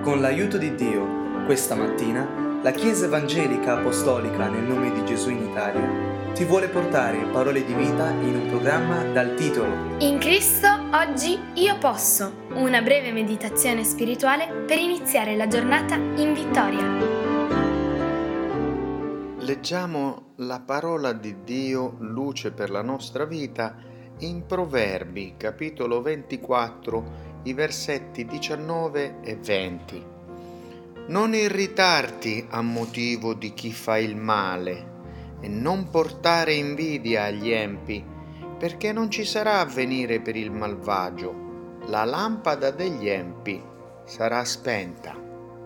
Con l'aiuto di Dio, questa mattina, la Chiesa Evangelica Apostolica nel nome di Gesù in Italia ti vuole portare parole di vita in un programma dal titolo In Cristo oggi io posso, una breve meditazione spirituale per iniziare la giornata in vittoria. Leggiamo la parola di Dio, luce per la nostra vita, in Proverbi, capitolo 24, i versetti 19 e 20. Non irritarti a motivo di chi fa il male e non portare invidia agli empi, perché non ci sarà avvenire per il malvagio. La lampada degli empi sarà spenta.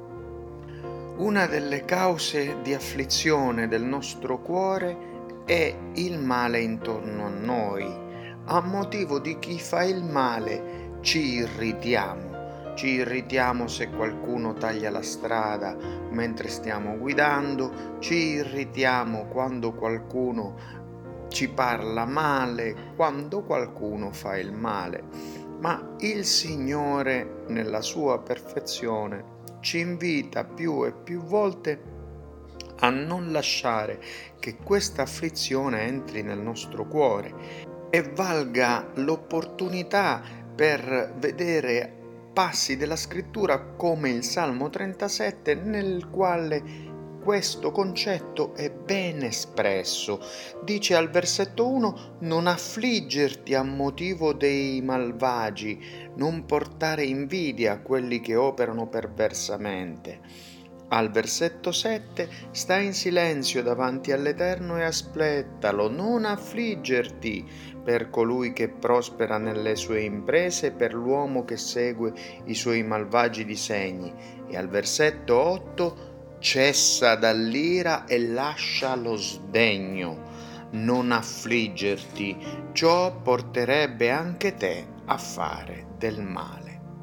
Una delle cause di afflizione del nostro cuore è il male intorno a noi. A motivo di chi fa il male ci irritiamo se qualcuno taglia la strada mentre stiamo guidando, ci irritiamo quando qualcuno ci parla male, quando qualcuno fa il male. Ma il Signore, nella sua perfezione, ci invita più e più volte a non lasciare che questa afflizione entri nel nostro cuore e valga l'opportunità per vedere passi della scrittura come il Salmo 37, nel quale questo concetto è ben espresso. Dice al versetto 1: non affliggerti a motivo dei malvagi, non portare invidia a quelli che operano perversamente. Al versetto 7: sta in silenzio davanti all'Eterno e aspettalo, non affliggerti per colui che prospera nelle sue imprese, per l'uomo che segue i suoi malvagi disegni. E al versetto 8: cessa dall'ira e lascia lo sdegno. Non affliggerti, ciò porterebbe anche te a fare del male.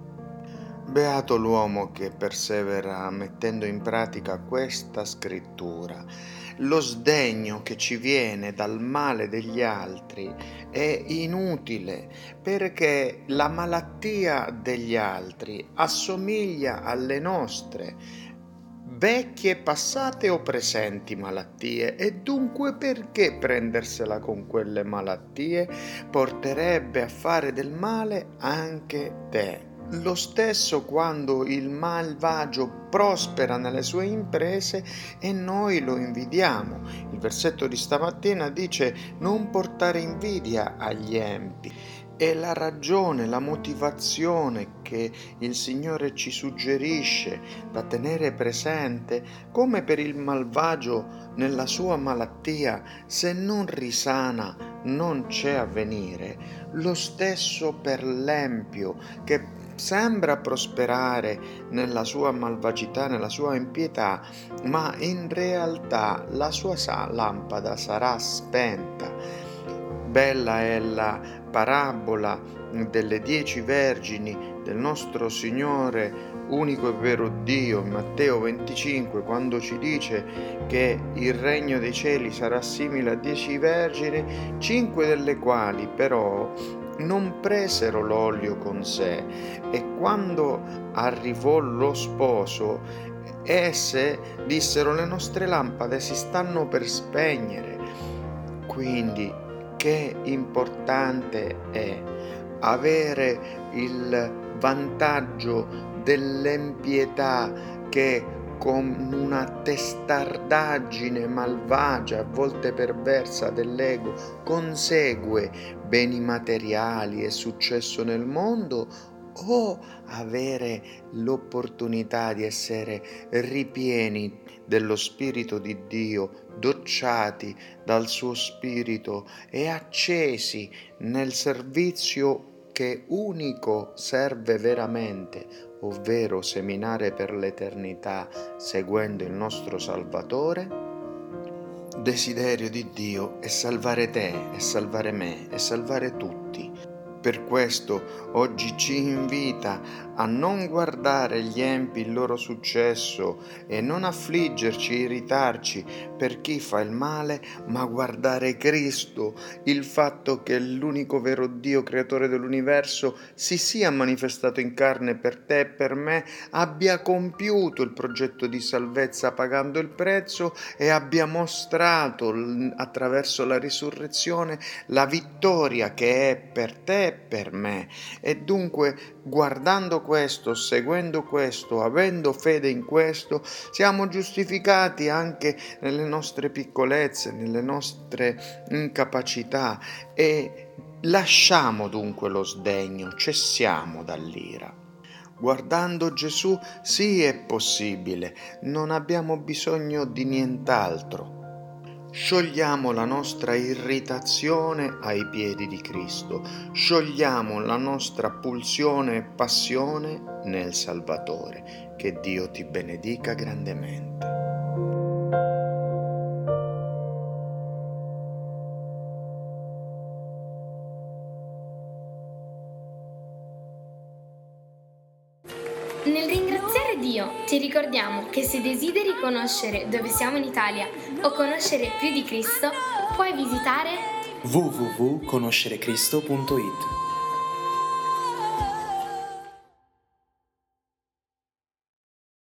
Beato l'uomo che persevera mettendo in pratica questa scrittura. Lo sdegno che ci viene dal male degli altri è inutile, perché la malattia degli altri assomiglia alle nostre vecchie, passate o presenti malattie, e dunque perché prendersela con quelle malattie? Porterebbe a fare del male anche te. Lo stesso quando il malvagio prospera nelle sue imprese e noi lo invidiamo. Il versetto di stamattina dice: non portare invidia agli empi. E la ragione, la motivazione che il Signore ci suggerisce da tenere presente, come per il malvagio nella sua malattia, se non risana non c'è avvenire, lo stesso per l'empio che sembra prosperare nella sua malvagità, nella sua impietà, ma in realtà la sua lampada sarà spenta. Bella è la parabola delle 10 vergini del nostro Signore unico e vero Dio in Matteo 25, quando ci dice che il regno dei cieli sarà simile a 10 vergini, 5 delle quali però non presero l'olio con sé, e quando arrivò lo sposo esse dissero: le nostre lampade si stanno per spegnere. Quindi che importante è avere il vantaggio dell'empietà che con una testardaggine malvagia, a volte perversa dell'ego, consegue beni materiali e successo nel mondo, o avere l'opportunità di essere ripieni dello Spirito di Dio, docciati dal suo Spirito e accesi nel servizio che unico serve veramente, ovvero seminare per l'eternità seguendo il nostro Salvatore? Desiderio di Dio è salvare te, è salvare me, è salvare tutti. Per questo oggi ci invita a non guardare gli empi il loro successo e non affliggerci, irritarci per chi fa il male, ma guardare Cristo, il fatto che l'unico vero Dio, creatore dell'universo, si sia manifestato in carne per te e per me, abbia compiuto il progetto di salvezza pagando il prezzo e abbia mostrato attraverso la risurrezione la vittoria che è per te e per me. E dunque, guardando questo, seguendo questo, avendo fede in questo, siamo giustificati anche nelle nostre piccolezze, nelle nostre incapacità e lasciamo dunque lo sdegno, cessiamo dall'ira. Guardando Gesù, sì, è possibile, non abbiamo bisogno di nient'altro. Sciogliamo la nostra irritazione ai piedi di Cristo, sciogliamo la nostra pulsione e passione nel Salvatore. Che Dio ti benedica grandemente. Nel ringraziare Dio ti ricordiamo che se desideri conoscere dove siamo in Italia o conoscere più di Cristo, puoi visitare www.conoscerecristo.it